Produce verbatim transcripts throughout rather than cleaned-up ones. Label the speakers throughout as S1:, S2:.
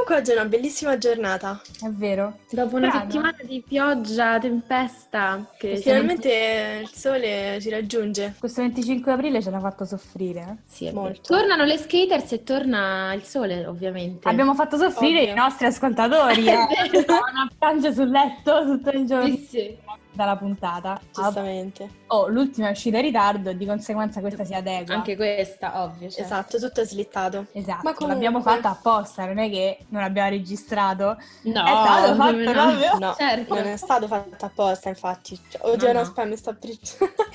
S1: Comunque oggi è una bellissima giornata.
S2: È vero.
S3: Dopo una
S2: Strano.
S3: settimana di pioggia, tempesta, che
S1: Finalmente il sole ci raggiunge.
S2: Questo venticinque aprile ce l'ha fatto soffrire. eh.
S3: Sì, è
S1: Molto.
S3: vero. Tornano le skaters e torna il sole, ovviamente.
S2: Abbiamo fatto soffrire
S1: Ovvio.
S2: i nostri ascoltatori. Eh. Stavano a piangere sul letto tutto il giorno
S3: Sì, sì.
S2: dalla puntata.
S1: Giustamente.
S2: Oh, l'ultima è uscita in ritardo e di conseguenza questa si adegua.
S3: Anche questa, ovvio. Cioè.
S1: Esatto, tutto è slittato.
S2: Esatto,
S1: Ma comunque-
S2: l'abbiamo fatta apposta, non è che non abbiamo registrato.
S3: No,
S2: È stato fatto
S3: no.
S2: proprio.
S1: No,
S3: Certo.
S1: non è stato fatto apposta, infatti. Cioè, oddio,
S3: No,
S1: no,
S3: no.
S1: aspetta, mi sto pri-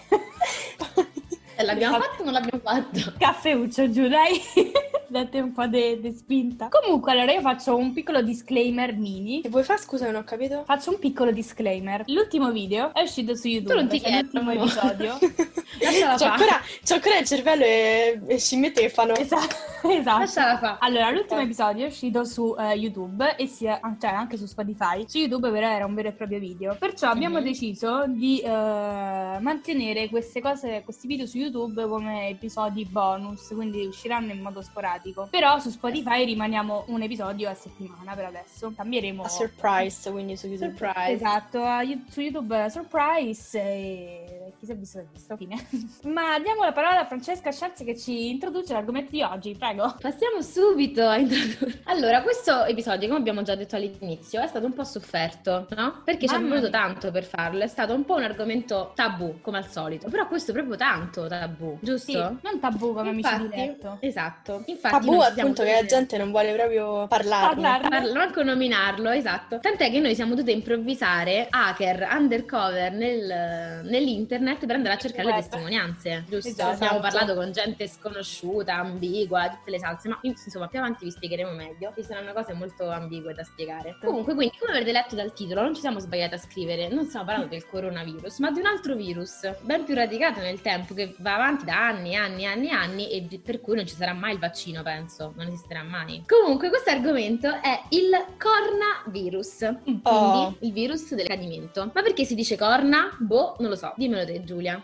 S3: Eh, L'abbiamo fatto o non l'abbiamo fatto?
S2: Caffeuccio giù, dai. Date un po' di spinta. Comunque, allora io faccio un piccolo disclaimer mini.
S1: Che vuoi fare? Scusa, non ho capito.
S2: Faccio un piccolo disclaimer. L'ultimo video è uscito su YouTube.
S3: Tu non ti
S2: cioè
S3: chiedi,
S2: l'ultimo
S3: amore.
S2: episodio.
S3: Lasciala
S1: C'ho
S3: fa.
S1: ancora, c'ho ancora il cervello e, e scimmette che fanno.
S2: Esatto, esatto.
S3: Lasciala fa.
S2: Allora, l'ultimo
S1: Ok.
S2: episodio è uscito su eh, YouTube e si è, cioè anche su Spotify. Su YouTube però era un vero e proprio video. Perciò abbiamo
S3: Mhm.
S2: deciso di eh, mantenere queste cose, questi video su YouTube come episodi bonus, quindi usciranno in modo sporadico. Però su Spotify rimaniamo un episodio a settimana per adesso. Cambieremo.
S1: A surprise, quindi su YouTube.
S3: Surprise.
S2: Esatto, a Yu- su YouTube eh, surprise e chi si è visto si è visto. Fine. Ma diamo la parola a Francesca Scienze che ci introduce l'argomento di oggi, prego.
S3: Passiamo subito a introdurre. Allora, questo episodio, come abbiamo già detto all'inizio, è stato un po' sofferto, no? Perché ci è
S2: Mamma
S3: voluto
S2: mia.
S3: tanto per farlo. È stato un po' un argomento tabù, come al solito. Però questo è proprio tanto tabù, giusto?
S2: Sì, non tabù come amici di
S3: Infatti,
S2: letto.
S3: esatto. Infatti
S1: Tabù
S3: noi ci siamo
S1: appunto che la
S3: dovute-
S1: gente non vuole proprio parlarne.
S2: Parlarne.
S3: Parlo, manco nominarlo, esatto. Tant'è che noi siamo dovute improvvisare hacker undercover nel- nell'internet per andare a cercare le
S2: Web.
S3: testimonianze, giusto?
S2: Esatto.
S3: Abbiamo parlato con gente sconosciuta, ambigua, tutte le salse, ma insomma più avanti vi spiegheremo meglio. Ci saranno cose molto ambigue da spiegare. Comunque, quindi, come avrete letto dal titolo, non ci siamo sbagliati a scrivere, non stiamo parlando del coronavirus, ma di un altro virus, ben più radicato nel tempo, che va avanti da anni, anni, anni, anni e di- per cui non ci sarà mai il vaccino, penso, non esisterà mai. Comunque, questo argomento è il coronavirus, quindi
S1: Oh.
S3: il virus dell'accadimento. Ma perché si dice corna? Boh, non lo so, dimmelo te, Giulia.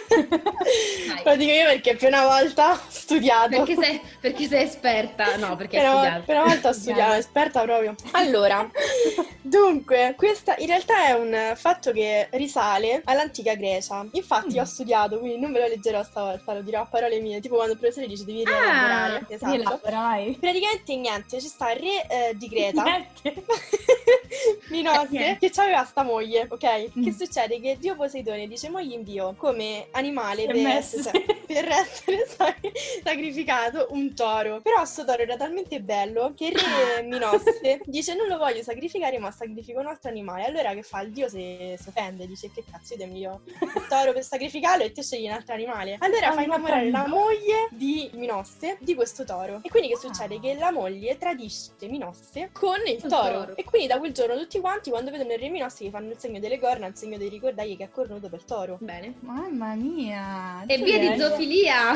S1: Lo dico io perché per una volta ho studiato.
S3: Perché sei, perché sei esperta? No, perché
S1: Per
S3: hai
S1: una,
S3: studiato.
S1: per una volta ho studiato, esperta proprio. Allora, dunque, questa in realtà è un fatto che risale all'antica Grecia. Infatti
S2: Mm.
S1: ho studiato, quindi non ve lo leggerò stavolta, lo dirò a parole mie, tipo quando il professore dice devi rielaborare.
S3: Ah,
S1: Esatto.
S2: Rielabora, vai.
S1: Praticamente niente, ci sta il re eh, di Creta,
S2: Niente.
S1: Minosse,
S3: Niente.
S1: che aveva sta moglie, ok?
S2: Mm.
S1: Che succede? Che dio Poseidone dice mo gli invio come animale
S2: Si è
S1: per
S2: messo,
S1: essere,
S2: sì.
S1: per essere sa- sacrificato un toro. Però sto toro era talmente bello che il re Minosse dice non lo voglio sacrificare ma sacrifico un altro animale. Allora che fa? Il dio si si offende, dice che cazzo io ti invio il toro per sacrificarlo e te scegli un altro animale. Allora
S2: Ah,
S1: fa
S2: ma
S1: innamorare la
S2: capito.
S1: moglie di Minosse di questo toro. E quindi che succede?
S2: Ah.
S1: Che la moglie tradisce Minosse con il
S3: Col
S1: toro.
S3: toro.
S1: E quindi da quel giorno tutti quanti quando vedono il re Minosse gli fanno il segno delle corna, il segno dei ricordagli che è cornuto per toro.
S3: Bene.
S2: Mamma mia.
S3: E
S2: Giulia,
S3: via di zoofilia.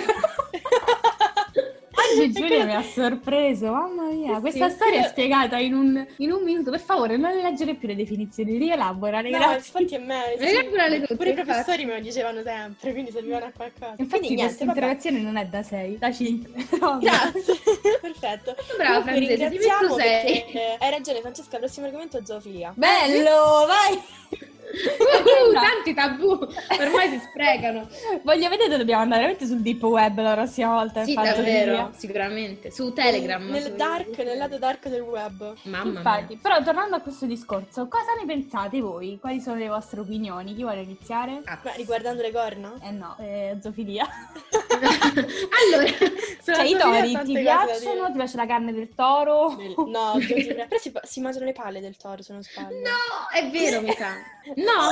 S2: Oggi Giulia mi ha sorpreso, mamma mia.
S3: Sì,
S2: Questa
S3: sì.
S2: storia è spiegata in un, in un minuto. Per favore, non leggere più le definizioni, rielaborare,
S1: No,
S2: grazie.
S1: infatti è me.
S3: Rielaborale tutte,
S1: Pure i
S3: infatti.
S1: professori me lo dicevano sempre, quindi servivano a qualcosa.
S2: Infatti
S1: quindi niente,
S2: questa
S1: vabbè.
S2: interrogazione non è da sei, da cinque. Vabbè.
S1: Grazie, perfetto.
S3: Brava,
S1: Comunque,
S3: Francesca, ti
S1: ringraziamo
S3: metto sei.
S1: perché- Hai ragione Francesca, prossimo argomento zoofilia.
S2: Bello, vai!
S3: Uh, tanti tabù, ormai si sprecano.
S2: Voglio vedere, dobbiamo andare veramente sul deep web la prossima volta.
S3: Sì,
S2: infatti,
S3: davvero,
S2: Giulia.
S3: sicuramente. Su Telegram.
S1: Nel
S3: su-
S1: dark, nel lato dark del web.
S3: Mamma
S2: Infatti,
S3: mia.
S2: però tornando a questo discorso, cosa ne pensate voi? Quali sono le vostre opinioni? Chi vuole iniziare?
S3: Ah,
S1: Ma riguardando le corna?
S2: Eh no, eh, zoofilia.
S3: allora,
S1: Sulla
S2: Cioè, i
S1: zoofilia
S2: tori
S1: tante
S2: ti
S1: cose da
S2: piacciono?
S1: dire.
S2: Ti piace la carne del toro?
S1: Del- No, zoofilia. Però si, si mangiano le palle del toro, se non sbaglio.
S3: no, è vero, mi sa. No,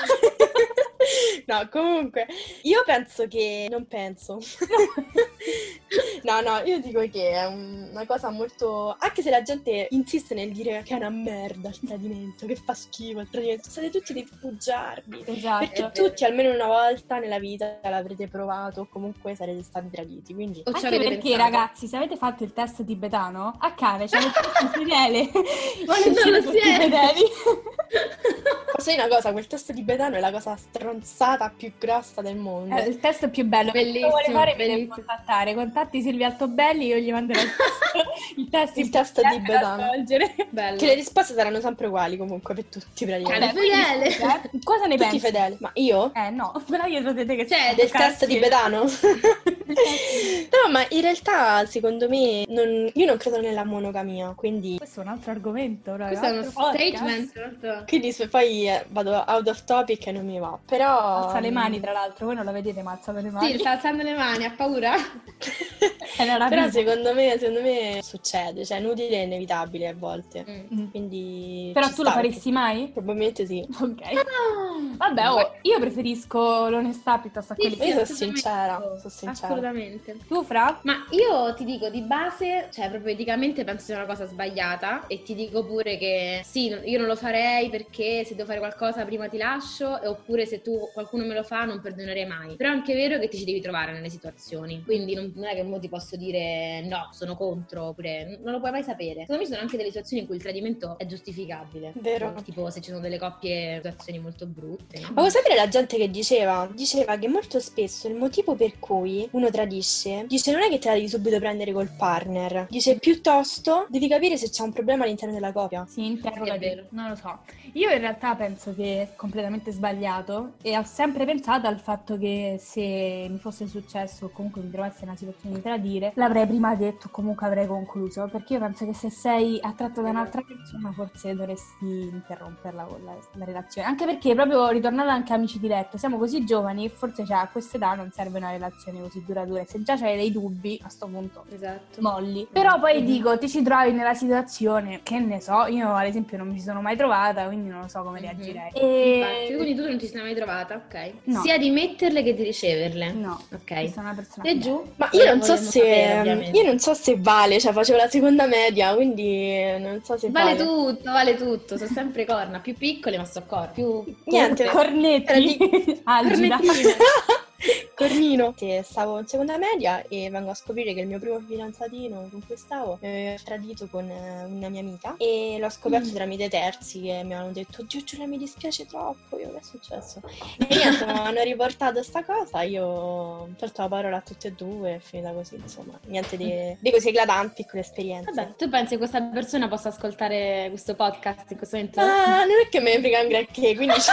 S1: No, comunque, io penso che... Non penso. No, no, io dico che è un- una cosa molto... Anche se la gente insiste nel dire che è una merda il tradimento, che fa schifo il tradimento, siete tutti dei bugiardi.
S2: Esatto.
S1: Perché tutti almeno una volta nella vita l'avrete provato o comunque sarete stati traditi, quindi...
S3: o ci
S2: Anche
S3: avete
S2: perché,
S3: pensato?
S2: ragazzi, se avete fatto il test tibetano, a cane c'è il fedele.
S3: Ma non lo
S2: tutti
S3: siete.
S2: fedeli.
S1: Posso dire una cosa, quel test tibetano è la cosa stronzata più grossa del mondo.
S2: Eh, il test più bello.
S3: Bellissimo,
S2: Se vuole fare mi deve
S3: bellissimo.
S2: contattare. Contatti Silvia Altobelli, io gli manderò il test. Il test,
S1: Il
S2: in
S1: test
S2: P D F
S1: tibetano.
S2: da svolgere.
S3: Bello.
S1: Che le risposte saranno sempre uguali comunque per tutti praticamente.
S3: Cane fedele.
S2: Eh, Cosa ne
S1: Tutti
S2: pensi?
S1: fedeli. Ma io?
S2: Eh no, però io so te che
S3: Cioè,
S1: Del test
S2: di
S1: tibetano? No, ma in realtà secondo me non- io non credo nella monogamia, quindi,
S2: Questo è un altro argomento, però,
S3: Questo è uno
S2: altro podcast.
S3: statement molto...
S1: quindi se poi eh, vado out of topic e non mi va. Però
S2: Alza le mani, tra l'altro, voi non la vedete, ma alzate le mani.
S3: Sì, sta alzando le mani, ha paura?
S2: È una
S1: Però
S2: rapina.
S1: secondo me, secondo me succede, cioè è inutile e inevitabile a volte.
S3: Mm.
S2: Mm.
S1: Quindi
S2: Però
S1: ci
S2: tu lo
S1: sta,
S2: faresti mai?
S1: perché- Probabilmente sì.
S2: Ok.
S3: Ah!
S2: Vabbè, oh, io preferisco l'onestà piuttosto a
S3: Sì,
S2: quelli
S3: sì,
S1: Io sono
S3: assolutamente.
S1: sincera, sono sincera.
S3: Assolutamente.
S2: Tu, Fra?
S3: Ma io ti dico di base, cioè proprio eticamente penso sia una cosa sbagliata e ti dico pure che sì, no- io non lo farei perché se devo fare qualcosa prima ti lascio e oppure se tu qualcuno me lo fa non perdonerei mai. Però è anche vero che ti ci devi trovare nelle situazioni, quindi non, non è che mo ti posso dire no, sono contro oppure non lo puoi mai sapere. Secondo me ci sono anche delle situazioni in cui il tradimento è giustificabile.
S1: Vero.
S3: Tipo se ci sono delle coppie, situazioni molto brutte.
S1: Ma vuoi sapere la gente che diceva? Diceva che molto spesso il motivo per cui uno tradisce, dice non è che te la devi subito prendere col partner, dice piuttosto devi capire se c'è un problema all'interno della coppia.
S2: Sì, interrogati.
S3: È vero.
S2: Non lo so. Io in realtà penso che è completamente sbagliato e ho sempre pensato al fatto che se mi fosse successo o comunque mi trovassi in una situazione di tradire, l'avrei prima detto o comunque avrei concluso, perché io penso che se sei attratto da un'altra persona forse dovresti interromperla con la, la relazione. Anche perché proprio ritornando anche a amici di letto, siamo così giovani e forse cioè, a questa età non serve una relazione così duratura. Se già c'hai dei dubbi, a sto punto
S3: Esatto.
S2: molli. Però poi
S3: Mhm.
S2: dico, ti ci trovi nella situazione, che ne so, io ad esempio non mi ci sono mai trovata, quindi non lo so come
S3: Mhm.
S2: reagirei.
S3: Infatti,
S2: E...
S3: quindi tu non ti sei mai trovata, ok?
S2: No.
S3: Sia di metterle che di riceverle.
S2: No,
S3: Ok.
S2: sono una persona
S3: E
S2: fidata.
S3: giù?
S1: Ma io non so
S3: Vogliamo sapere,
S1: se
S3: ovviamente.
S1: io non so se vale, cioè facevo la seconda media, quindi non so se
S3: Vale
S1: vale.
S3: tutto, vale tutto, sono sempre corna, più piccole ma so corna, più
S1: Niente.
S3: corte.
S2: Cornetti, algida.
S3: Cornettine.
S1: Cornino. Che stavo in seconda media e vengo a scoprire che il mio primo fidanzatino con cui stavo mi aveva tradito con eh, una mia amica e l'ho scoperto
S2: Mm.
S1: tramite terzi che mi hanno detto Giù Giulia mi dispiace troppo, io che è successo? E niente, mi hanno riportato sta cosa, io ho tolto la parola a tutte e due, è finita così, insomma, niente di, di così eclatanti con l'esperienza.
S3: Vabbè, tu pensi che questa persona possa ascoltare questo podcast in questo momento?
S1: Ah, non è che me ne frega un granché, quindi c'è...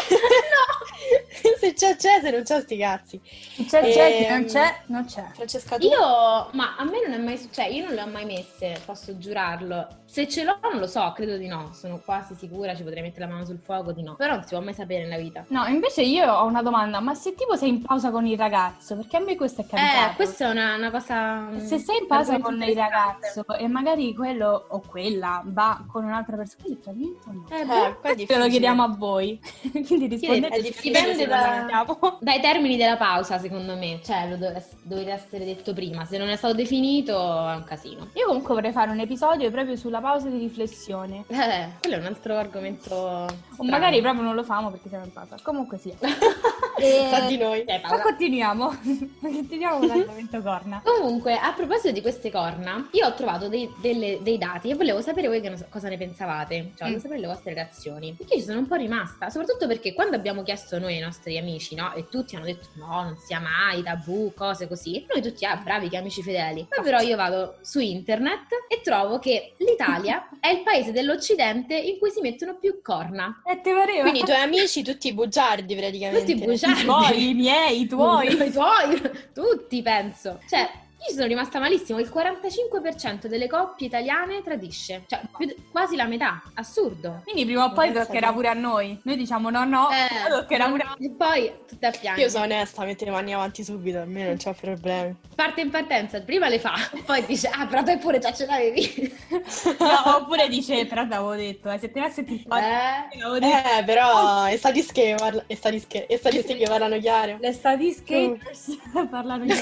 S1: no! Se c'è c'è, se non c'è sti cazzi.
S2: C'è, c'è, chi
S1: Ehm,
S2: non c'è, non c'è.
S1: Francesca, tu?
S3: Io, ma a me non è mai successo, io non le ho mai messe, posso giurarlo. Se ce l'ho non lo so, credo di no, sono quasi sicura, ci potrei mettere la mano sul fuoco di no. Però non si può mai sapere nella vita.
S2: No, invece io ho una domanda, ma se tipo sei in pausa con il ragazzo, perché a me questo è capitato.
S3: Eh, questa è una, una cosa...
S2: Se sei in pausa con il
S3: interessante.
S2: ragazzo e magari quello o quella va con un'altra persona, quindi è tradimento o no?
S3: Eh,
S1: Eh,
S3: boh.
S1: qua è
S2: Ce lo
S1: difficile.
S2: chiediamo a voi. Quindi rispondete.
S1: è difficile,
S3: Dipende
S1: secondo
S3: da-
S1: me.
S2: Chiediamo.
S3: Dai termini della pausa, secondo me, cioè lo dove- dovete essere detto prima. Se non è stato definito è un casino.
S2: Io comunque vorrei fare un episodio proprio sulla pausa di riflessione.
S3: Eh, quello è un altro argomento.
S2: O
S3: strano.
S2: magari proprio non lo famo perché siamo in pausa. Comunque sia. E...
S1: Sa di noi.
S3: Eh,
S2: Ma
S3: pausa.
S2: continuiamo. Continuiamo con l'argomento corna.
S3: Comunque, a proposito di queste corna, io ho trovato dei, delle- dei dati e volevo sapere voi che ne so- cosa ne pensavate, cioè volevo
S2: Mm.
S3: sapere le vostre reazioni. Perché io ci sono un po' rimasta, soprattutto perché quando abbiamo chiesto noi ai nostri amici, no? E tutti hanno detto no, non sia mai, tabù, cose così. Noi tutti, ah, bravi, che amici fedeli. Poi però io vado su internet e trovo che l'Italia è il paese dell'Occidente in cui si mettono più corna.
S2: E te pareva?
S1: Quindi i tuoi amici tutti bugiardi praticamente.
S3: Tutti bugiardi.
S2: I tuoi, i miei, i tuoi.
S3: I tuoi, tutti penso. Cioè, io sono rimasta malissimo. Il quarantacinque per cento delle coppie italiane tradisce. Cioè, più d- quasi la metà. Assurdo.
S2: Quindi prima o poi
S1: Pensa
S2: toccherà
S1: te.
S2: pure a noi. Noi diciamo no, no,
S3: Eh,
S2: poi toccherà pure a
S3: E poi tutte a piangere.
S1: Io sono onesta, mette le mani avanti subito, a me non c'ho problemi.
S3: Parte in partenza, prima le fa, poi dice, ah, però te pure già ce l'avevi.
S2: No, oppure dice, però t'avevo detto, eh, se te ne senti il
S3: Eh,
S2: l'avevo detto.
S1: Eh, però, e statistiche che parla- e statistiche e statistiche che parlano chiaro.
S2: Le statistiche parlano di...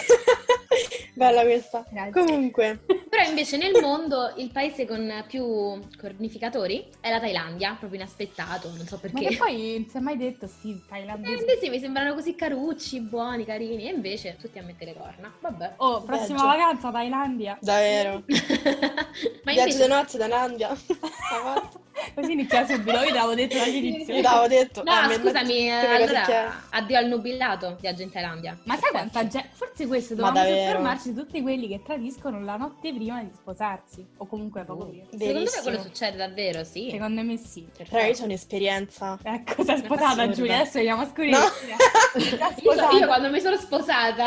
S1: Bella questa.
S2: Grazie.
S1: Comunque,
S3: Però invece nel mondo il paese con più cornificatori è la Thailandia, proprio inaspettato, non so
S2: Ma
S3: perché.
S2: che poi non si è mai detto sì,
S3: Eh,
S2: thailandese.
S3: invece mi sembrano così carucci, buoni, carini, e invece tutti a mettere le corna. Vabbè.
S2: Oh, prossima
S1: Peggio.
S2: vacanza Thailandia.
S3: Ma
S1: davvero. Viaggio
S3: invece
S1: di nozze da Nandia. Stavolta.
S2: Così inizia subito, io l'avevo detto dall'inizio.
S1: Io l'avevo detto.
S3: No,
S1: eh,
S3: scusami,
S1: me- come cose chiare.
S3: allora addio al nubilato di Agente Thailandia.
S2: Ma sai quanta gente? Forse questo
S1: Ma
S2: dovevamo
S1: davvero?
S2: soffermarci su tutti quelli che tradiscono la notte prima di sposarsi, o comunque poco prima.
S3: Secondo me
S1: Verissimo.
S3: quello succede davvero, sì.
S2: Secondo me sì.
S1: Però io ho un'esperienza.
S2: Ecco, si è sposata
S1: Assurda.
S2: Giulia, adesso veniamo a scoprire.
S1: No.
S2: Giulia si è
S3: Io,
S2: sposata.
S3: io quando mi sono sposata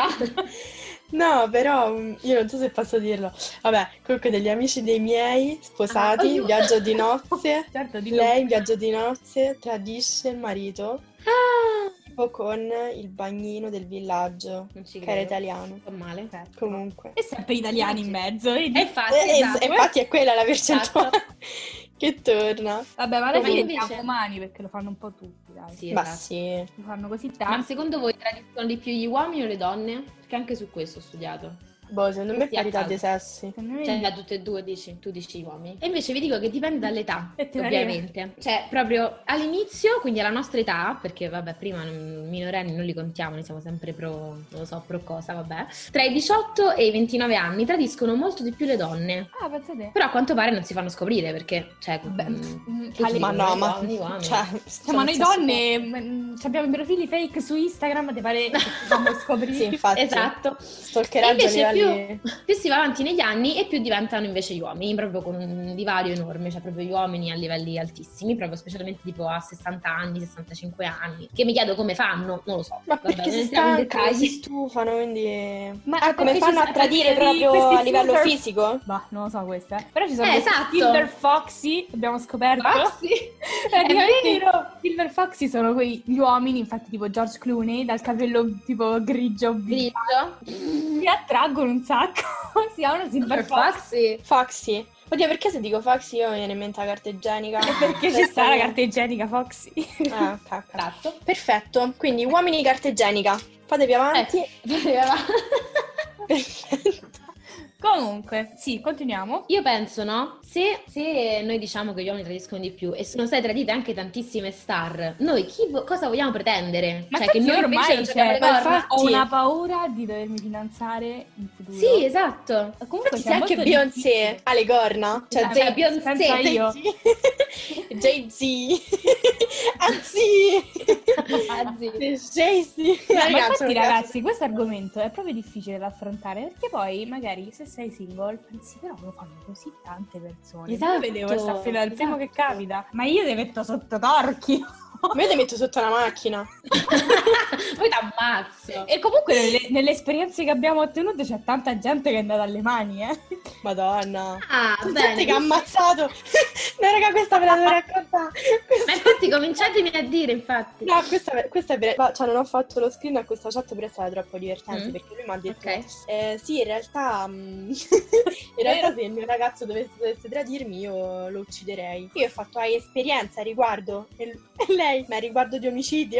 S1: No, però mm, io non so se posso dirlo. Vabbè, comunque degli amici dei miei sposati,
S3: Ah, oh, io-
S1: viaggio di nozze.
S2: Certo, dillo.
S1: Lei in viaggio di nozze tradisce il marito
S3: ah,
S1: tipo con il bagnino del villaggio,
S3: non ci
S1: che era
S3: credo.
S1: italiano.
S3: Fa male.
S2: Certo.
S1: Comunque.
S2: E sempre italiani in mezzo, vedi?
S3: E infatti,
S1: E, e-
S3: esatto.
S1: e infatti è quella la percentuale
S3: Esatto.
S1: che torna.
S2: Vabbè, ma alla
S3: Ma
S2: fine
S3: invece-
S2: siamo umani perché lo fanno un po' tutti, dai.
S3: Sì,
S1: Ma
S3: esatto.
S1: sì.
S2: Lo fanno così
S3: Ma
S2: tanto.
S3: secondo voi tradiscono di più gli uomini o le donne? Perché anche su questo ho studiato.
S1: Boh, secondo me è
S3: Sì, a
S1: parità
S3: caso.
S1: dei sessi.
S2: Secondo me
S3: Cioè, da tutte e due dici, tu dici uomini. E invece vi dico che dipende dall'età,
S2: E te la
S3: ovviamente. Cioè, proprio all'inizio, quindi alla nostra età, perché vabbè, prima non- minorenni non li contiamo, noi siamo sempre pro, non lo so, pro cosa, vabbè. Tra i diciotto e i ventinove anni tradiscono molto di più le donne.
S2: Ah, pensate.
S3: Però a quanto pare non si fanno scoprire, perché, cioè,
S2: Beh,
S3: mm,
S2: mm,
S3: tutti
S2: alle-
S1: Ma
S3: dicono
S1: no, ma
S3: uomini, uomini.
S1: cioè,
S2: Cioè, ma noi donne mm, abbiamo i profili fake su Instagram, ti pare che ci facciamo scoprire?
S1: Sì, infatti.
S3: Esatto. E
S1: Stalkeraggio a
S3: invece
S1: livelli...
S3: più, più si va avanti negli anni e più diventano invece gli uomini, proprio con un divario enorme, cioè proprio gli uomini a livelli altissimi, proprio specialmente tipo a sessanta anni, sessantacinque anni, che mi chiedo come fanno, non lo so.
S1: Ma
S3: Vabbè,
S1: perché
S3: non
S1: si
S3: entriamo in
S1: stancano, si
S3: dettagli.
S1: stufano, quindi...
S2: Ma
S1: Ah, come
S2: perché
S1: fanno
S2: ci
S1: a
S2: sono-
S1: tradire
S2: perché di
S1: proprio
S2: questi
S1: a livello
S2: filter-
S1: fisico?
S2: Bah, non lo so questa. Però ci sono
S3: Eh,
S2: questi
S3: esatto.
S2: Silver Foxy, abbiamo scoperto.
S3: Foxy?
S2: Praticamente
S3: È vero.
S2: i Silver Foxy sono quei gli uomini, infatti tipo George Clooney, dal capello tipo grigio,
S3: Grigio?
S2: mi attraggono un sacco. Si chiamano Silver
S3: Per
S2: Foxy.
S3: Foxy?
S1: Foxy. Oddio, perché se dico Foxy io mi viene in mente la carta igienica?
S2: Perché ci sta la carta igienica Foxy.
S1: Ah, cacca.
S3: Esatto.
S1: Perfetto, quindi uomini carta igienica. Fate più avanti.
S3: Eh,
S1: Perfetto.
S2: Comunque, sì, continuiamo.
S3: Io penso, no? Se, se noi diciamo che gli uomini tradiscono di più e sono state tradite anche tantissime star, noi chi vo- cosa vogliamo pretendere?
S2: Ma
S3: cioè che
S2: infatti
S3: noi
S2: ormai,
S3: invece non
S2: cioè,
S3: abbiamo le
S1: ma
S3: corna?
S1: infatti-
S2: ho una paura di dovermi fidanzare in futuro.
S3: Sì, esatto.
S2: Comunque
S1: Infatti
S2: c'è
S1: se anche
S2: molto
S1: Beyoncé
S2: difficile.
S1: ha le corna. Cioè
S2: Esatto,
S1: Jay-
S3: Beyoncé,
S2: senza io.
S1: Jay-Z. Anzi.
S3: Anzi.
S1: Jay-Z.
S2: No, ma
S1: Ragazzi,
S2: infatti
S1: ragazzi.
S2: ragazzi, questo argomento è proprio difficile da affrontare perché poi magari se sei single pensi però lo fanno così tante persone.
S3: Esatto,
S2: Io vedevo questa fila del primo che
S3: esatto.
S2: capita, ma io ti metto sotto torchio.
S1: Ma io ti metto sotto una macchina.
S3: Poi t'ammazzo.
S2: E comunque nelle, nelle esperienze che abbiamo ottenuto c'è tanta gente che è andata alle mani, eh.
S1: Madonna.
S3: Ah,
S1: C'è
S3: bene.
S1: gente che ha ammazzato. No, raga, questa ve la devo raccontare.
S3: Ma infatti cominciatemi a dire, infatti.
S1: No, questa, questa è vera. Ma, cioè, non ho fatto lo screen a questa chat per essere troppo divertente
S3: Mm.
S1: perché lui mi ha detto:
S3: Ok.
S1: eh, sì, in realtà, mm, in realtà, se il mio ragazzo dovesse, dovesse tradirmi, io lo ucciderei. Io ho fatto: hai esperienza a riguardo? E l- e lei, ma a riguardo di omicidio?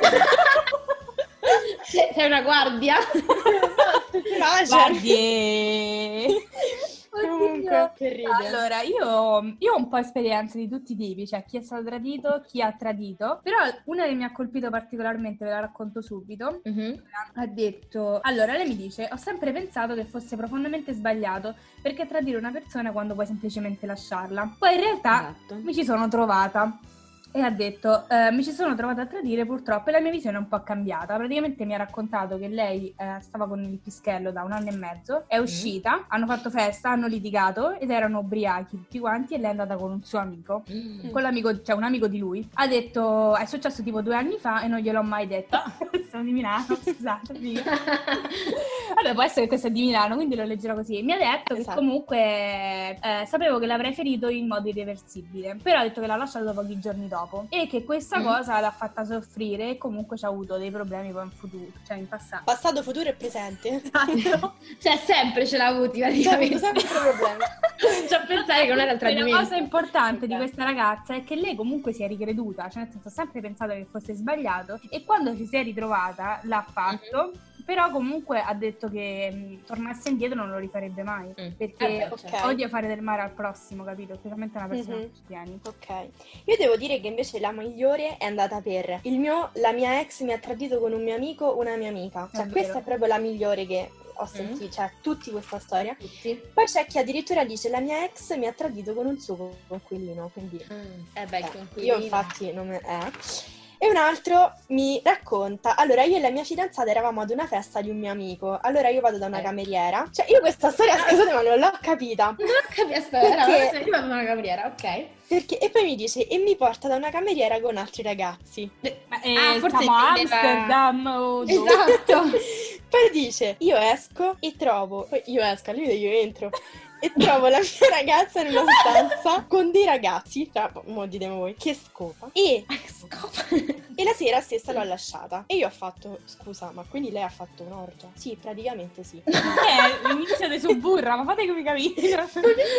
S3: Se- Sei una guardia?
S1: Guardi.
S2: Guardi.
S1: Comunque, che ride.
S2: Allora, io, io ho un po' esperienza di tutti i tipi, cioè chi è stato tradito, chi ha tradito, però una che mi ha colpito particolarmente, ve la racconto subito,
S3: Mhm.
S2: ha detto, allora lei mi dice, ho sempre pensato che fosse profondamente sbagliato perché tradire una persona quando puoi semplicemente lasciarla. Poi in realtà
S3: Esatto.
S2: mi ci sono trovata. E ha detto, eh, mi ci sono trovata a tradire purtroppo e la mia visione è un po' cambiata. Praticamente mi ha raccontato che lei eh, stava con il pischello da un anno e mezzo, è uscita, hanno fatto festa, hanno litigato ed erano ubriachi tutti quanti e lei è andata con un suo amico.
S3: Mm.
S2: Con l'amico, cioè un amico di lui, ha detto, è successo tipo due anni fa e non gliel'ho mai detto. Sono di Milano, scusate. figa. Vabbè, può essere che questo è di Milano, quindi lo leggerò così. Mi ha detto
S1: Esatto.
S2: che comunque eh, sapevo che l'avrei ferito in modo irreversibile, però ha detto che l'ha lasciato pochi giorni dopo e che questa
S3: Mm.
S2: cosa l'ha fatta soffrire e comunque ci ha avuto dei problemi poi in futuro, cioè in passato.
S1: Passato, futuro e presente.
S2: Esatto.
S3: Cioè, sempre ce l'ha avuti
S1: Cioè,
S3: praticamente.
S1: sempre problemi.
S3: Comincio a pensare che non era il
S2: Una
S3: tradimento.
S2: cosa importante di
S3: Ok.
S2: questa ragazza è che lei comunque si è ricreduta, cioè nel senso ha sempre pensato che fosse sbagliato e quando ci si è ritrovata l'ha fatto, però comunque ha detto che mh, tornasse indietro non lo rifarebbe mai,
S3: Mm.
S2: perché
S3: Eh beh,
S1: ok.
S2: odia fare del male al prossimo, capito? Specialmente una persona
S1: Mhm.
S2: che ci tieni.
S1: Ok, io devo dire che invece la migliore è andata per il mio, la mia ex mi ha tradito con un mio amico, una mia amica. Cioè,
S2: È
S1: questa
S2: vero.
S1: è proprio la migliore che ho sentito, mm. cioè tutti questa storia.
S3: Tutti.
S1: Poi c'è chi addirittura dice la mia ex mi ha tradito con un suo coinquilino, quindi
S3: mm. eh beh,
S1: eh, io infatti non me... eh. E un altro mi racconta, allora io e la mia fidanzata eravamo ad una festa di un mio amico, allora io vado da una
S3: eh.
S1: cameriera, cioè io questa storia scusate ma non l'ho capita.
S3: Non ho capito, aspetta, perché... io vado da una cameriera, ok.
S1: Perché, e poi mi dice, e mi porta da una cameriera con altri ragazzi.
S2: Ma, eh,
S3: ah, forse
S2: siamo a
S3: intendeva...
S2: Amsterdam o
S3: esatto.
S1: Poi dice, io esco e trovo, poi io esco, lui io entro. E trovo la mia ragazza in una stanza con dei ragazzi, cioè, mo dite voi, che scopa. E,
S3: scopa.
S1: e la sera stessa l'ho lasciata. E io ho fatto, scusa, ma quindi lei ha fatto un'orgia? Sì, praticamente sì.
S2: Eh, l'inizio dei Suburra, ma fate come capite.
S3: Sì, esatto,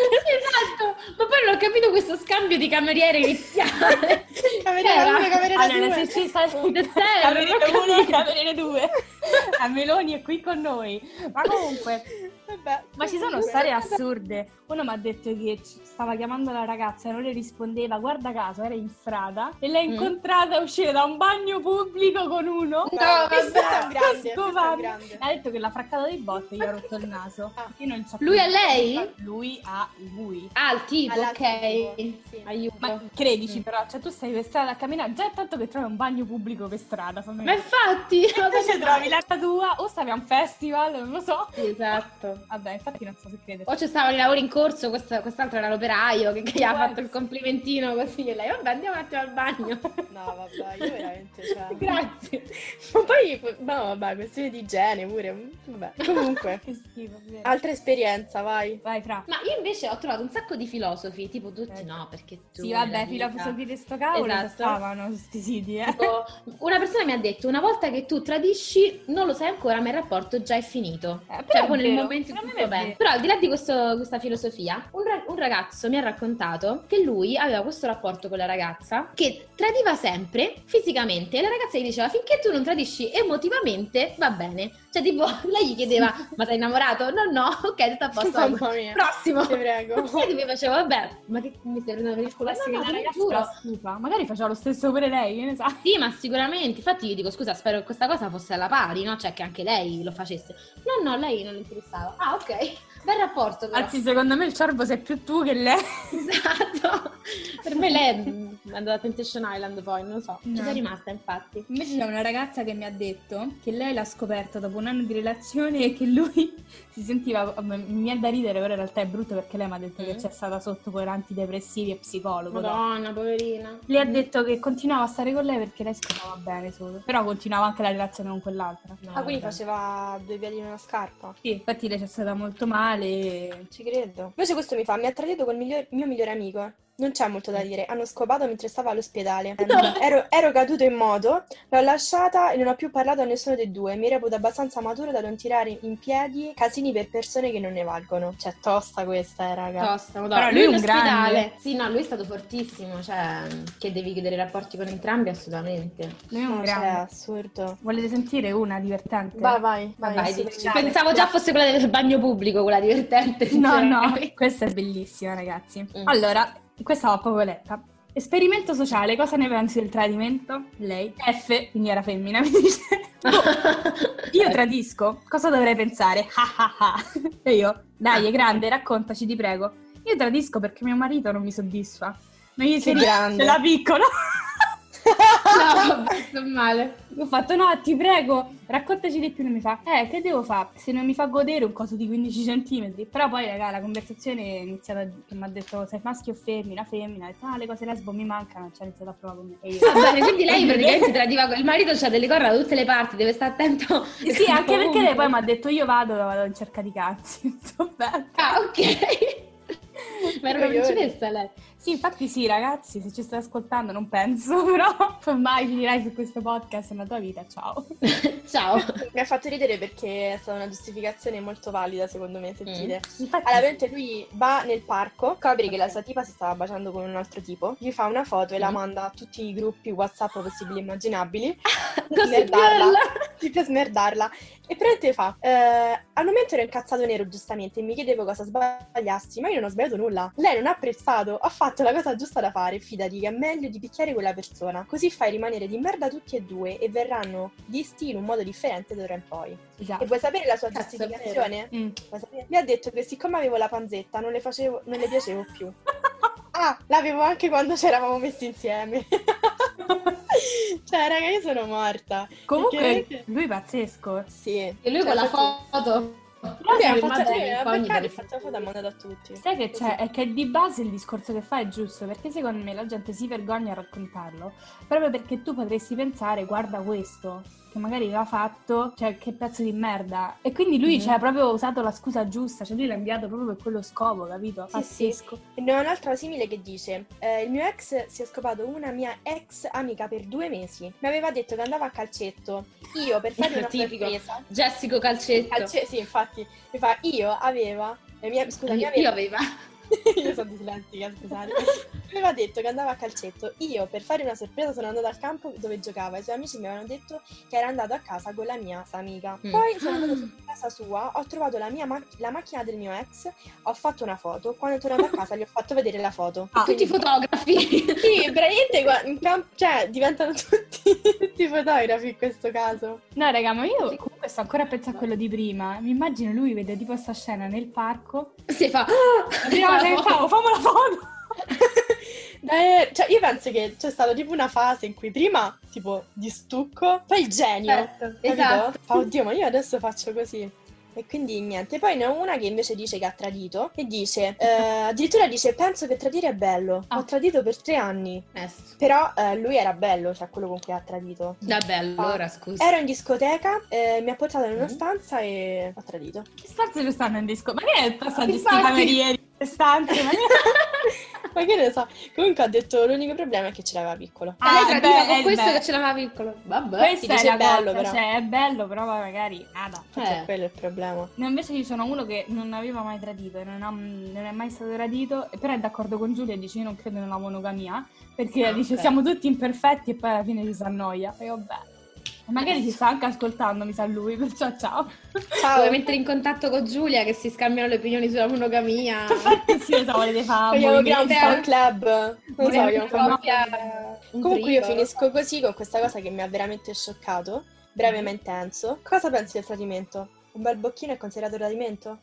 S3: ma poi non ho capito questo scambio di cameriere iniziale.
S1: Cameriera uno, cameriera
S2: allora,
S1: due.
S2: se ci sta
S3: cameriere
S2: uno e cameriere due. A Meloni è qui con noi. Ma comunque...
S1: Vabbè,
S2: ma ci sono storie assurde. Uno mi ha detto che stava chiamando la ragazza e non le rispondeva, guarda caso era in strada e l'ha incontrata mm. uscire da un bagno pubblico con uno.
S1: No, no questo è un grande, questo è un grande.
S2: Ha detto che l'ha fraccata di botte e gli ha rotto il naso.
S1: Ah.
S2: Io non so
S3: lui a lei?
S2: Lui a lui.
S3: Ah, il tipo,
S1: alla
S3: ok.
S1: Tipo, sì.
S3: Aiuto.
S2: Ma credici mm. però, cioè tu stai per strada a camminare, già è tanto che trovi un bagno pubblico per strada.
S3: Ma infatti,
S2: invece trovi la tua o stavi a un festival, non lo so.
S3: Esatto.
S2: Vabbè, infatti non so se crede.
S3: O c'è stavano i lavori in corso, questa, quest'altro era l'operaio che, che gli ha fatto il complimentino così e lei, vabbè andiamo un attimo al bagno.
S1: No vabbè, io veramente cioè...
S3: Grazie.
S1: Ma poi, no vabbè, questione di igiene pure, vabbè. Comunque,
S2: che schifo, vero.
S1: Altra esperienza, vai.
S2: Vai Fra.
S3: Ma io invece ho trovato un sacco di filosofi, tipo tutti eh. no, perché tu...
S2: Sì vabbè, filosofi di sto cavolo
S3: esatto.
S2: stavano su sti siti, eh.
S3: Tipo, una persona mi ha detto, una volta che tu tradisci, non lo sai ancora, ma il rapporto già è finito.
S2: Eh,
S3: cioè, nel momento in cui tutto bene. Però al di là di questo, questa filosofia, un, ra- un ragazzo mi ha raccontato che lui aveva questo rapporto con la ragazza che tradiva sempre fisicamente e la ragazza gli diceva finché tu non tradisci emotivamente va bene. Cioè tipo lei gli chiedeva ma sei innamorato? No no, ok, tutto a posto.
S1: Mamma mia.
S3: Prossimo.
S1: Ti prego.
S3: E lui faceva vabbè, ma che mi stai prendendo per il culo?
S2: No,
S3: No,
S2: no,
S3: no,
S2: la ragazza
S3: giuro.
S2: era stufa. Magari faceva lo stesso pure lei, che ne sa.
S3: Sì, ma sicuramente. Infatti io dico scusa, spero che questa cosa fosse alla pari, no? Cioè che anche lei lo facesse. No, no, lei non le interessava. Ah, ok. Bel rapporto però.
S2: Anzi, secondo me il ciorbo sei più tu che lei.
S3: Esatto. Per me lei è andata a Temptation Island poi, non lo so.
S2: No.
S3: Ci sei rimasta infatti.
S2: Invece c'è una ragazza che mi ha detto che lei l'ha scoperto dopo un anno di relazione e che lui si sentiva, mi viene da ridere, però in realtà è brutto perché lei mi ha detto mm. che c'è stata sotto con antidepressivi e psicologo.
S3: Madonna, no? Poverina.
S2: Lei ha detto che continuava a stare con lei perché lei stava bene solo. Però continuava anche la relazione con quell'altra.
S1: No, ah, quindi vabbè. Faceva due piedi in una scarpa?
S2: Sì, infatti lei c'è stata molto male.
S1: Ci credo. Invece questo mi fa, mi ha tradito col miglior, mio migliore amico. Non c'è molto da dire. Hanno scopato mentre stavo all'ospedale. No. Ero, ero caduto in moto, l'ho lasciata e non ho più parlato a nessuno dei due. Mi reputo abbastanza maturo da non tirare in piedi casini per persone che non ne valgono. Cioè, tosta questa, eh, raga.
S3: Tosta, madonna. Però lui, lui è un grande. Sì, no, lui è stato fortissimo. Cioè, che devi chiudere i rapporti con entrambi, assolutamente.
S2: Lui è un
S1: no,
S2: grande.
S1: Cioè, assurdo.
S2: Volete sentire una divertente?
S1: Vai, vai. vai,
S3: vai
S1: sì,
S3: pensavo già fosse quella del bagno pubblico, quella divertente.
S2: No, no, questa è bellissima, ragazzi. Mm. Allora, questa l'ho proprio letta. Esperimento sociale, cosa ne pensi del tradimento? Lei. F, quindi era femmina, mi dice. Oh, io tradisco, cosa dovrei pensare? E io, dai, è grande, raccontaci, ti prego. Io tradisco perché mio marito non mi soddisfa. Non gli si riesce la piccola.
S3: No, vabbè, sto male.
S2: Ho fatto, no, ti prego, raccontaci di più. Non mi fa, eh, che devo fare? Se non mi fa godere un coso di quindici centimetri. Però poi, raga, la conversazione è iniziata, che mi ha detto, sei maschio o femmina? Femmina. Ha detto, ah, le cose lesbo mi mancano. Ci ha iniziato a provare con me. E io,
S3: va bene, quindi lei praticamente tradiva con il marito, c'ha delle corna da tutte le parti, deve stare attento.
S2: Sì, anche perché lei poi mi ha detto, io vado, vado in cerca di cazzi.
S3: Ah, ok. Ma era una principessa lei.
S2: Sì, infatti sì, ragazzi, se ci stai ascoltando non penso, però mai finirai su questo podcast nella tua vita, ciao.
S3: Ciao.
S1: Mi ha fatto ridere perché è stata una giustificazione molto valida, secondo me, sentite.
S2: Mm. Infatti...
S1: Allora, veramente lui va nel parco, scopre che la sua tipa si stava baciando con un altro tipo, gli fa una foto e mm. la manda a tutti i gruppi WhatsApp possibili e immaginabili.
S3: Gossip Girl!
S1: di per smerdarla. E praticamente fa, eh, al momento ero incazzato nero giustamente e mi chiedevo cosa sbagliassi, ma io non ho sbagliato nulla. Lei non ha apprezzato, ha fatto la cosa giusta da fare, fidati che è meglio di picchiare quella persona, così fai rimanere di merda tutti e due e verranno visti in un modo differente d'ora in poi.
S2: Esatto.
S1: E vuoi sapere la sua
S3: Cazzo, è
S1: giustificazione?
S2: Mm.
S1: Vuoi sapere? Mi ha detto che siccome avevo la panzetta non le facevo, non le piacevo più. Ah, l'avevo anche quando ci eravamo messi insieme. Cioè, raga, io sono morta.
S2: Comunque,
S1: Perché-
S2: lui è pazzesco.
S1: Sì.
S3: E lui
S1: Cioè,
S3: con la
S1: infatti-
S3: foto.
S1: Lui ha
S3: Io
S1: fatto,
S3: immagino
S1: lui
S3: che
S1: ha
S3: poi ogni
S1: beccato, ha
S3: tanto-
S1: fatto la foto e ha mandato a tutti.
S2: Sai che
S1: Così.
S2: c'è? È che di base il discorso che fa è giusto, perché secondo me la gente si vergogna a raccontarlo, proprio perché tu potresti pensare, guarda questo, che magari l'ha fatto, cioè che pezzo di merda. E quindi lui
S1: Mhm.
S2: ci ha proprio usato la scusa giusta, cioè lui l'ha inviato proprio per quello scopo, capito?
S1: Sì,
S2: Pazzesco.
S1: E ne ho un'altra simile che dice eh, il mio ex si è scopato una mia ex amica per due mesi. Mi aveva detto che andava a calcetto. Io, per fare una
S3: Tipico.
S1: sorpresa...
S3: Jessico Calcetto.
S1: Calce- sì, infatti, mi fa, io aveva... eh, mia, scusa, mi aveva...
S3: Io aveva.
S1: Io sono dislettica, scusate. Mi aveva detto che andava a calcetto. Io, per fare una sorpresa, sono andata al campo dove giocava. I suoi amici mi avevano detto che era andato a casa con la mia amica.
S3: Mm.
S1: Poi sono andata a casa sua, ho trovato la mia mac- la macchina del mio ex, ho fatto una foto. Quando è tornato a casa gli ho fatto vedere la foto.
S2: Ah,
S3: Tutti i fotografi.
S1: Sì, praticamente qua- in camp- cioè, diventano tutti, tutti fotografi in questo caso.
S2: No, raga, ma io comunque sto ancora a pensare a quello di prima. Mi immagino lui vede tipo sta scena nel parco.
S3: Si fa.
S2: La prima cosa che fa, fammi la foto!
S1: Dai, cioè, io penso che c'è stata tipo una fase in cui prima, tipo, di stucco, poi il genio,
S3: Certo,
S1: capito?
S3: esatto.
S1: Fa, oddio, ma io adesso faccio così. E quindi niente. Poi ne ho una che invece dice che ha tradito e dice, eh, addirittura dice, penso che tradire è bello.
S2: Ah.
S1: Ho tradito per tre anni.
S3: Eh,
S1: Però eh, lui era bello, cioè quello con cui ha tradito.
S3: vabbè, allora scusa.
S1: Ero in discoteca, eh, mi ha portato in una
S3: Mm.
S1: stanza e ho tradito.
S2: Che stanze ci stanno in disco? Ma che è passaggio sti
S3: Infatti.
S2: camerieri? Le stanze? Ma che...
S1: Ma che ne so. Comunque ha detto, l'unico problema è che ce l'aveva piccolo.
S3: Ah, lei
S2: Ah,
S3: tradiva
S2: beh,
S3: con
S2: eh,
S3: questo
S2: beh.
S3: che ce l'aveva piccolo. Vabbè.
S2: Questa
S1: dice
S2: è la
S1: bello,
S2: cosa,
S1: però.
S2: cioè è bello, però magari nada.
S1: Forse
S3: Eh.
S1: è quello il problema.
S2: No, invece io sono uno che non aveva mai tradito e non, ha- non è mai stato tradito, però è d'accordo con Giulia e dice io non credo nella monogamia, perché
S3: Ah,
S2: dice
S3: ok.
S2: siamo tutti imperfetti e poi alla fine ci si annoia. E vabbè. E magari si sta anche ascoltando, mi sa lui, perciò ciao.
S1: Ciao.
S3: Vuoi mettere in contatto con Giulia che si scambiano le opinioni sulla monogamia?
S2: Infatti sì, lo so, volete fare un
S1: Vogliamo creare un
S2: movimento?
S1: fan club. Non so,
S2: Vogliamo
S1: vogliamo fare un
S3: Coppia, un
S1: Comunque io
S3: trio.
S1: finisco così con questa cosa che mi ha veramente scioccato, breve ma intenso. Cosa pensi del tradimento? Un bel bocchino è considerato tradimento?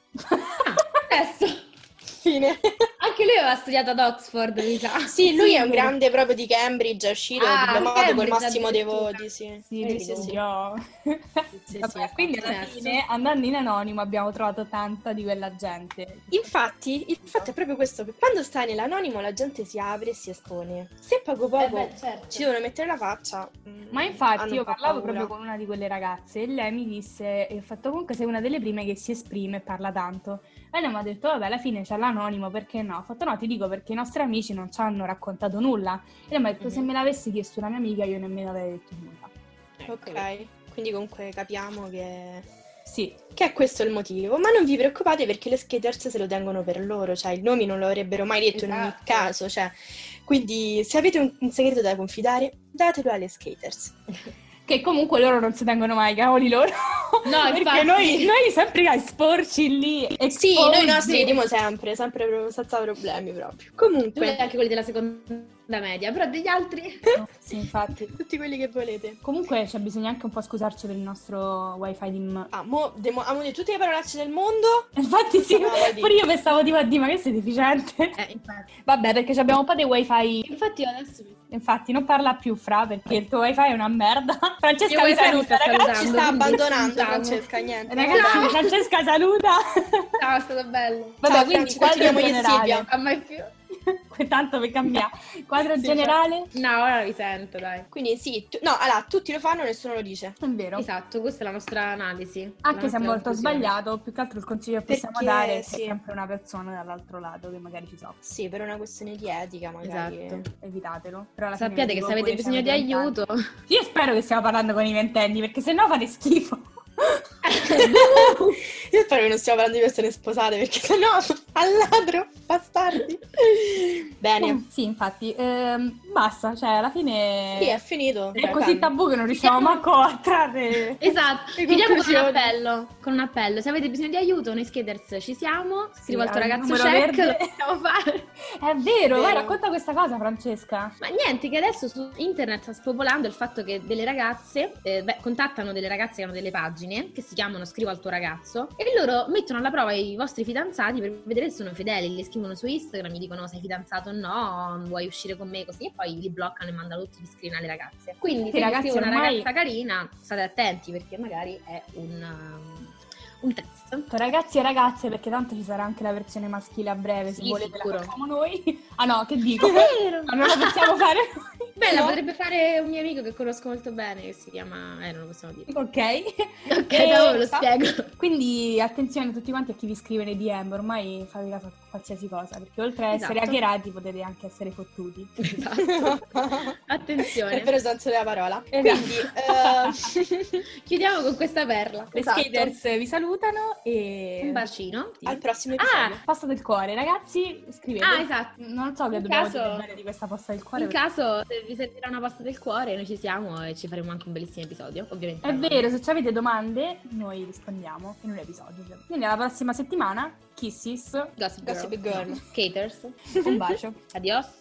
S3: Adesso.
S1: Fine.
S3: Anche lui aveva studiato ad Oxford, mi sa.
S1: Sì, lui è un grande proprio di Cambridge, è uscito,
S3: Ah,
S1: è diplomato col
S3: Cambridge
S1: massimo dei
S3: addirittura.
S1: voti, sì.
S2: Sì,
S1: Sì,
S2: lui
S1: sì, sì.
S2: studiò.
S1: Sì,
S2: Vabbè,
S1: sì,
S2: quindi alla
S3: certo.
S2: fine, andando in anonimo, abbiamo trovato tanta di quella gente.
S1: Infatti, il fatto è proprio questo, che quando stai nell'anonimo la gente si apre e si espone. Se poco poco
S3: Eh beh, certo.
S1: ci devono mettere la faccia. mm,
S2: Ma infatti
S1: hanno
S2: io
S1: un po'
S2: parlavo
S1: paura.
S2: proprio con una di quelle ragazze e lei mi disse, e ho fatto comunque sei una delle prime che si esprime e parla tanto. E lei mi ha detto, vabbè, alla fine c'è l'anonimo, perché no? Ho fatto no, ti dico perché i nostri amici non ci hanno raccontato nulla. E lei mi ha detto, se
S1: Mhm.
S2: me l'avessi chiesto una mia amica io nemmeno avrei detto nulla.
S1: Ok, quindi comunque capiamo che...
S2: Sì,
S1: che è questo il motivo, ma non vi preoccupate perché le skaters se lo tengono per loro, cioè i nomi non lo avrebbero mai detto in ogni
S3: Esatto.
S1: caso, cioè, quindi se avete un, un segreto da confidare, datelo alle skaters.
S2: che comunque loro non si tengono mai, cavoli loro.
S3: No,
S2: perché
S3: infatti.
S2: noi, noi sempre a esporci lì.
S1: Sì,
S2: esporci.
S1: noi nostri li dimo sempre, sempre pro- senza problemi proprio.
S3: Tu
S1: Comunque,
S3: anche quelli della seconda media, però degli altri.
S2: No, sì, infatti.
S1: tutti quelli che volete.
S2: Comunque c'è bisogno anche un po' scusarci per il nostro wifi di... m-
S1: Ah, mo, demo, amo di tutte le parolacce del mondo.
S2: Infatti sì,
S1: No, vuoi dire?
S2: pure io pensavo tipo a dire, ma che sei deficiente?
S3: Eh, infatti.
S2: Vabbè, perché abbiamo un po' dei wifi.
S3: Infatti io adesso
S2: Infatti non parla più Fra, perché il tuo wifi è una merda. Francesca
S3: Il
S2: mi
S3: wifi mi
S2: saluta,
S3: sta
S2: ragazzi.
S1: Ci
S3: salutando,
S1: sta
S3: quindi
S1: abbandonando
S3: ciao.
S1: Francesca, niente.
S2: Ragazzi,
S3: No.
S2: Francesca saluta.
S3: Ciao, è stato bello.
S2: Vabbè,
S1: Ciao,
S2: quindi
S1: Franci,
S2: quadro
S1: continuiamo io e
S2: generale.
S1: Silvia.
S3: A mai più.
S2: Tanto per cambiare. Quadro
S1: Sì,
S2: generale?
S3: No, ora vi sento, dai.
S1: Quindi sì, tu- no, allora, tutti lo fanno, nessuno lo dice.
S2: È vero.
S3: Esatto, questa è la nostra analisi.
S2: Anche
S3: la
S2: se è
S3: nostra
S2: molto
S3: conclusione.
S2: sbagliato, più che altro il consiglio che possiamo
S1: Perché,
S2: dare è che
S1: sì.
S2: c'è sempre una persona dall'altro lato che magari ci soffre.
S1: Sì, per una questione di etica magari.
S3: Esatto.
S2: Evitatelo. Però alla fine
S3: Sappiate
S2: vi
S3: che
S2: dico
S3: se avete
S2: pure
S3: bisogno di
S2: avete
S3: aiuto.
S2: vent'anni. Io spero che stiamo parlando con i ventenni, perché se no fate schifo.
S1: Io spero che non stiamo parlando di persone sposate, perché sennò al ladro, bastardi. Bene.
S2: Oh, sì, infatti, ehm, basta, cioè alla fine
S1: Sì, è finito.
S2: è così tabù che non riusciamo manco a trarre.
S3: Esatto,
S1: Le
S3: chiudiamo con un
S1: conclusioni.
S3: appello, con un appello. Se avete bisogno di aiuto, noi skaters ci siamo. Scrivo al tuo
S2: al
S3: ragazzo
S2: numero
S3: check,
S2: verde.
S3: lo possiamo fare.
S2: È vero, vai,
S1: Vero.
S2: racconta questa cosa, Francesca.
S3: Ma niente, che adesso su internet sta spopolando il fatto che delle ragazze eh, beh, contattano delle ragazze che hanno delle pagine che si chiamano Scrivo al tuo ragazzo e loro mettono alla prova i vostri fidanzati per vedere se sono fedeli, li scrivono su Instagram, gli dicono sei fidanzato o no, vuoi uscire con me, così, e poi li bloccano e mandano tutti gli screen alle ragazze. Quindi
S2: Sì,
S3: se vi
S2: ragazzi,
S3: scrive una
S2: ormai-
S3: ragazza carina, state attenti perché magari è un, um, un test.
S2: Ragazzi e ragazze, perché tanto ci sarà anche la versione maschile a breve, se
S3: Sì,
S2: volete
S3: sicuro.
S2: la facciamo noi. Ah no, che dico?
S3: Vero.
S2: Ma non la possiamo fare noi.
S3: Beh, la
S2: No?
S3: potrebbe fare un mio amico che conosco molto bene, che si chiama... Eh, non lo possiamo dire.
S2: Ok.
S3: Ok,
S2: E-
S3: dopo ve lo spiego.
S2: Quindi attenzione a tutti quanti a chi vi scrive nei D M, ormai fate caso a qualsiasi cosa, perché oltre a essere
S3: Esatto.
S2: hackerati potete anche essere fottuti.
S3: Esatto. Attenzione.
S1: Nel vero senso della parola.
S2: Esatto.
S1: Quindi, eh,
S3: Chiudiamo con questa perla.
S2: Le
S1: Esatto.
S2: skaters vi salutano e...
S3: Un bacino. Sì.
S1: al prossimo episodio.
S2: Ah, pasta del cuore, ragazzi, scrivete.
S3: Ah, esatto.
S2: Non so che
S3: In
S2: dobbiamo
S3: caso-
S2: dire bene di questa pasta del cuore.
S3: In caso se vi servirà una pasta del cuore, noi ci siamo e ci faremo anche un bellissimo episodio, ovviamente.
S2: È vero, se avete domande, noi rispondiamo in un episodio. Quindi alla prossima settimana, kisses,
S3: Gossip Girl.
S1: Gossip Girl.
S3: No. Skaters.
S2: un bacio.
S3: Adios.